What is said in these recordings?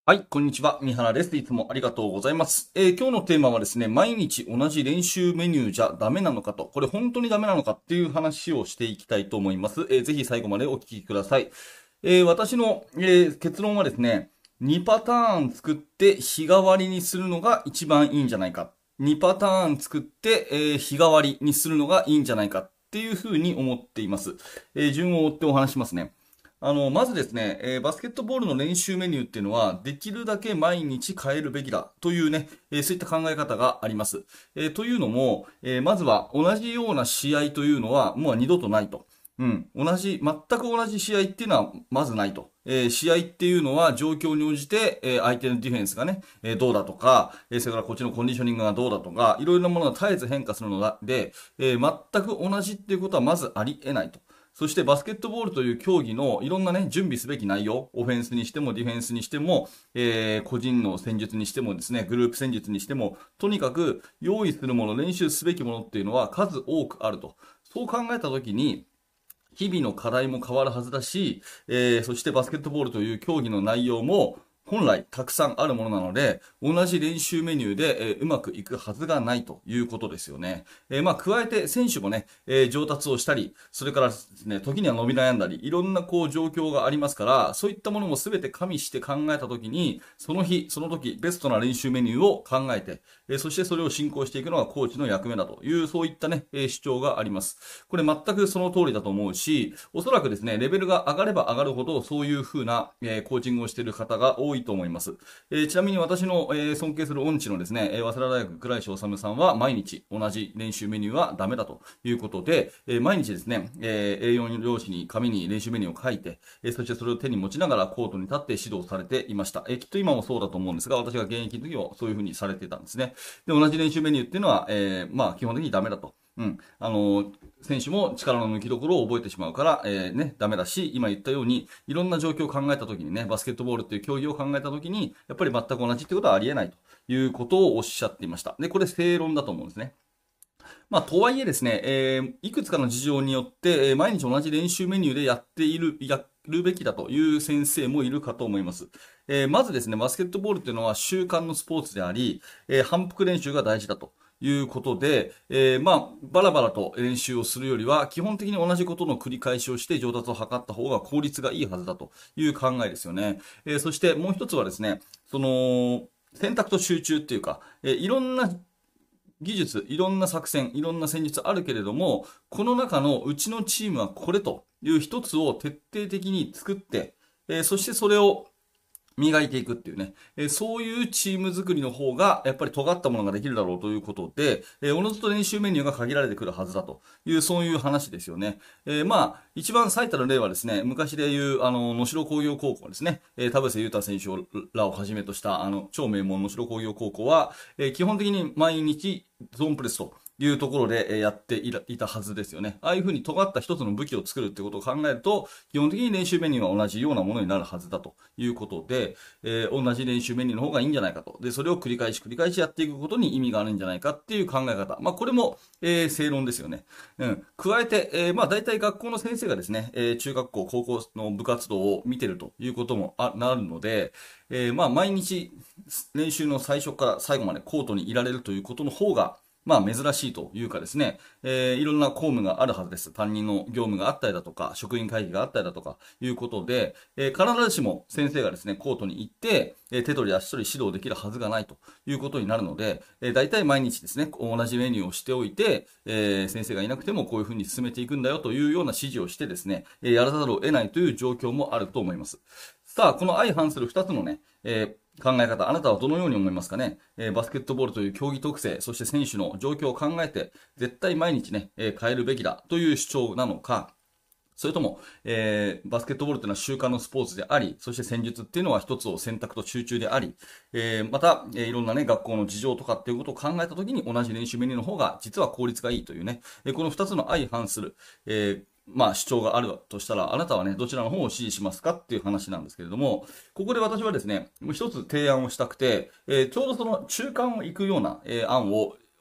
はい、こんにちは。三原です。いつもありがとうございます。今日のテーマはですね、毎日同じ練習メニューじゃダメなのかと、これ本当にダメなのかっていう話をしていきたいと思います。ぜひ最後までお聞きください。私の、結論はですね、2パターン作って日替わりにするのが一番いいんじゃないか。2パターン作って、日替わりにするのがいいんじゃないかっていうふうに思っています。順を追ってお話しますね。まずですね、バスケットボールの練習メニューっていうのは、できるだけ毎日変えるべきだというね、そういった考え方があります。というのも、まずは同じような試合というのはもう二度とないと。全く同じ試合っていうのはまずないと。試合っていうのは状況に応じて、相手のディフェンスがね、どうだとか、それからこっちのコンディショニングがどうだとか、いろいろなものが絶えず変化するので、全く同じっていうことはまずありえないと。そしてバスケットボールという競技のいろんなね、準備すべき内容、オフェンスにしてもディフェンスにしても、個人の戦術にしてもですね、グループ戦術にしても、とにかく用意するもの、練習すべきものっていうのは数多くあると。そう考えたときに、日々の課題も変わるはずだし、そしてバスケットボールという競技の内容も本来たくさんあるものなので、同じ練習メニューで、うまくいくはずがないということですよね。加えて選手もね、上達をしたり、それからですね、時には伸び悩んだり、いろんなこう状況がありますから、そういったものもすべて加味して考えたときに、その日、その時、ベストな練習メニューを考えて、そしてそれを進行していくのがコーチの役目だという、そういったね、主張があります。これ全くその通りだと思うし、おそらくですね、レベルが上がれば上がるほど、そういう風な、コーチングをしている方が多いと思います。ちなみに私の、尊敬する恩師のですね、早稲田大学倉石治さんは毎日同じ練習メニューはダメだということで、毎日ですね、A4 用紙に紙に練習メニューを書いて、そしてそれを手に持ちながらコートに立って指導されていました。きっと今もそうだと思うんですが、私が現役の時はそういう風にされていたんですね。で、同じ練習メニューっていうのは、基本的にダメだと。選手も力の抜きどころを覚えてしまうから、ダメだし、今言ったように、いろんな状況を考えたときにね、バスケットボールっていう競技を考えたときに、やっぱり全く同じってことはありえないということをおっしゃっていました。で、これ正論だと思うんですね。とはいえですね、いくつかの事情によって、毎日同じ練習メニューでやるべきだという先生もいるかと思います。まずですね、バスケットボールっていうのは習慣のスポーツであり、反復練習が大事だと。いうことで、バラバラと練習をするよりは、基本的に同じことの繰り返しをして上達を図った方が効率がいいはずだという考えですよね。そしてもう一つはですね、選択と集中っていうか、いろんな技術、いろんな作戦、いろんな戦術あるけれども、この中のうちのチームはこれという一つを徹底的に作って、そしてそれを磨いていくっていうね、そういうチーム作りの方が、やっぱり尖ったものができるだろうということで、おのずと練習メニューが限られてくるはずだという、そういう話ですよね。一番最たる例はですね、昔でいう、能代工業高校ですね、田臥勇太選手らをはじめとした、超名門能代工業高校は、基本的に毎日ゾーンプレスと、いうところでやっていたはずですよね。ああいう風に尖った一つの武器を作るってことを考えると、基本的に練習メニューは同じようなものになるはずだということで、同じ練習メニューの方がいいんじゃないかと。で、それを繰り返しやっていくことに意味があるんじゃないかっていう考え方。これも、正論ですよね。加えて、大体学校の先生がですね、中学校、高校の部活動を見てるということもなるので、毎日練習の最初から最後までコートにいられるということの方が、珍しいというかですね、いろんな公務があるはずです。担任の業務があったりだとか、職員会議があったりだとか、いうことで、必ずしも先生がですね、コートに行って、手取り足取り指導できるはずがないということになるので、大体毎日ですね、同じメニューをしておいて、先生がいなくてもこういうふうに進めていくんだよというような指示をしてですね、やらざるを得ないという状況もあると思います。さあ、この相反する二つのね、考え方、あなたはどのように思いますかね。バスケットボールという競技特性、そして選手の状況を考えて、絶対毎日ね、変えるべきだという主張なのか、それとも、バスケットボールというのは習慣のスポーツであり、そして戦術っていうのは一つを選択と集中であり、また、いろんなね、学校の事情とかっていうことを考えたときに同じ練習メニューの方が実は効率がいいというね、この二つの相反する、主張があるとしたら、あなたはね、どちらの方を支持しますかっていう話なんですけれども、ここで私はですね、もう一つ提案をしたくて、ちょうどその中間を行くような、案を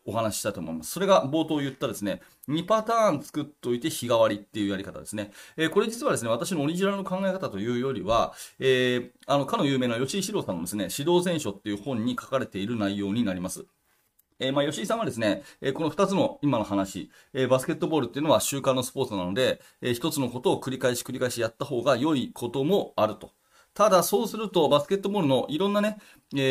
お話ししたいと思います。それが冒頭言ったですね、2パターン作っといて日替わりっていうやり方ですね。これ実はですね、私のオリジナルの考え方というよりは、かの有名な吉井史郎さんのですね、指導選書っていう本に書かれている内容になります。吉井さんはですね、この二つの今の話、バスケットボールっていうのは習慣のスポーツなので、一つのことを繰り返しやった方が良いこともあると。ただ、そうすると、バスケットボールのいろんなね、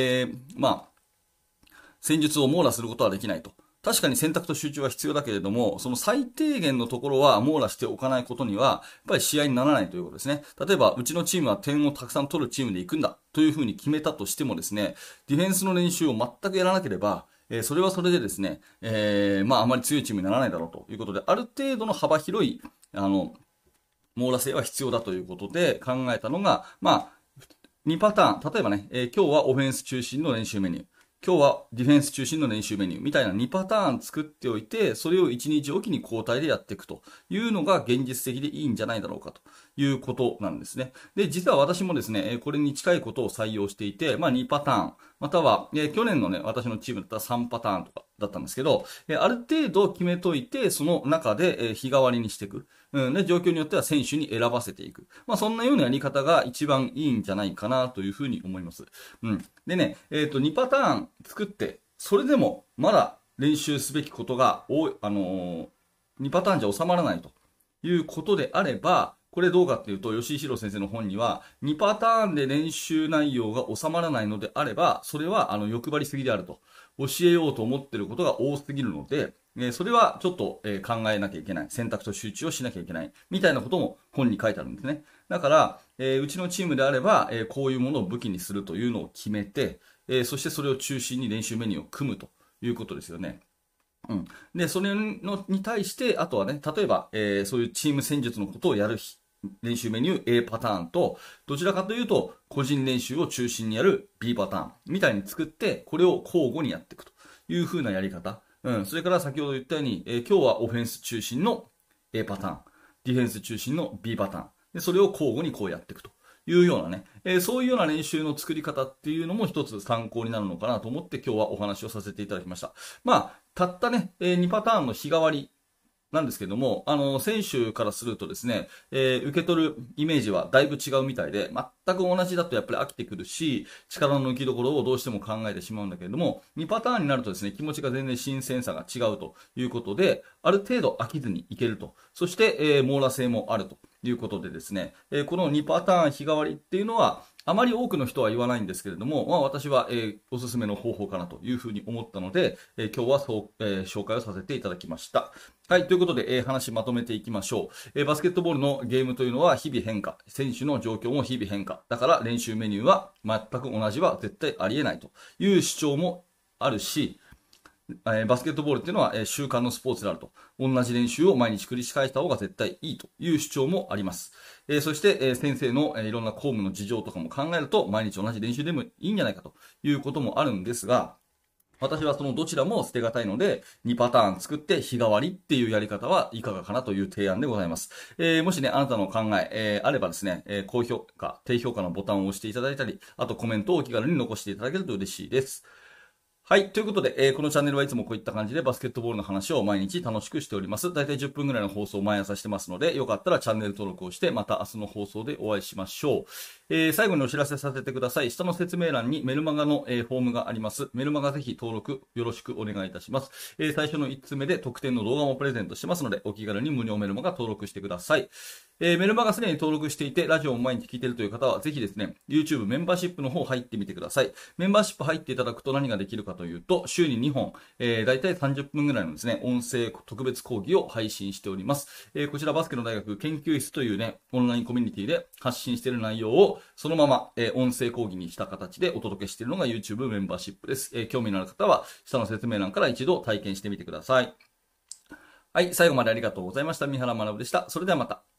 戦術を網羅することはできないと。確かに選択と集中は必要だけれども、その最低限のところは網羅しておかないことには、やっぱり試合にならないということですね。例えば、うちのチームは点をたくさん取るチームで行くんだというふうに決めたとしてもですね、ディフェンスの練習を全くやらなければ、それはそれでですね、あまり強いチームにならないだろうということで、ある程度の幅広い、網羅性は必要だということで考えたのが、2パターン。例えばね、今日はオフェンス中心の練習メニュー。今日はディフェンス中心の練習メニューみたいな2パターン作っておいて、それを1日おきに交代でやっていくというのが現実的でいいんじゃないだろうかということなんですね。で、実は私もですね、これに近いことを採用していて、2パターン、または、去年のね、私のチームだったら3パターンとかだったんですけど、ある程度決めといて、その中で、日替わりにしていく。で、状況によっては選手に選ばせていく。そんなようなやり方が一番いいんじゃないかなというふうに思います。でね、2パターン作って、それでもまだ練習すべきことが多い、2パターンじゃ収まらないということであれば、これどうかっていうと、吉井史郎先生の本には、2パターンで練習内容が収まらないのであれば、それは欲張りすぎであると。教えようと思っていることが多すぎるので、それはちょっと考えなきゃいけない。選択と集中をしなきゃいけない。みたいなことも本に書いてあるんですね。だから、うちのチームであれば、こういうものを武器にするというのを決めて、そしてそれを中心に練習メニューを組むということですよね。で、それに対して、あとはね、例えば、そういうチーム戦術のことをやる練習メニュー A パターンと、どちらかというと、個人練習を中心にやる B パターンみたいに作って、これを交互にやっていくという風なやり方。それから先ほど言ったように、今日はオフェンス中心の A パターン、ディフェンス中心の B パターン。で、それを交互にこうやっていくというようなね、そういうような練習の作り方っていうのも一つ参考になるのかなと思って今日はお話をさせていただきました。たったね、2パターンの日替わりなんですけども、選手からするとですね、受け取るイメージはだいぶ違うみたいで、全く同じだとやっぱり飽きてくるし、力の抜きどころをどうしても考えてしまうんだけれども、2パターンになるとですね、気持ちが全然新鮮さが違うということで、ある程度飽きずにいけると。そして、網羅性もあるということでですね、この2パターン日替わりっていうのは、あまり多くの人は言わないんですけれども、私は、おすすめの方法かなというふうに思ったので、今日はそう、紹介をさせていただきました。はい、ということで、話まとめていきましょう。バスケットボールのゲームというのは日々変化。選手の状況も日々変化。だから練習メニューは全く同じは絶対ありえないという主張もあるし、バスケットボールっていうのは、習慣のスポーツであると。同じ練習を毎日繰り返した方が絶対いいという主張もあります。そして、先生の、いろんな公務の事情とかも考えると、毎日同じ練習でもいいんじゃないかということもあるんですが、私はそのどちらも捨てがたいので、2パターン作って日替わりっていうやり方はいかがかなという提案でございます。もしね、あなたの考え、あればですね、高評価、低評価のボタンを押していただいたり、あとコメントをお気軽に残していただけると嬉しいです。はい。ということで、このチャンネルはいつもこういった感じでバスケットボールの話を毎日楽しくしております。だいたい10分ぐらいの放送を毎朝してますので、よかったらチャンネル登録をして、また明日の放送でお会いしましょう。最後にお知らせさせてください。下の説明欄にメルマガの、フォームがあります。メルマガぜひ登録よろしくお願いいたします。最初の1つ目で特典の動画もプレゼントしてますので、お気軽に無料メルマガ登録してください。メルマガすでに登録していて、ラジオを毎日聞いているという方は、ぜひですね、YouTube メンバーシップの方入ってみてください。メンバーシップ入っていただくと何ができるかというと、週に2本、だいたい30分ぐらいのですね、音声特別講義を配信しております。こちらバスケの大学研究室というね、オンラインコミュニティで発信している内容を、そのまま、音声講義にした形でお届けしているのが YouTube メンバーシップです。興味のある方は、下の説明欄から一度体験してみてください。はい、最後までありがとうございました。三原学でした。それではまた。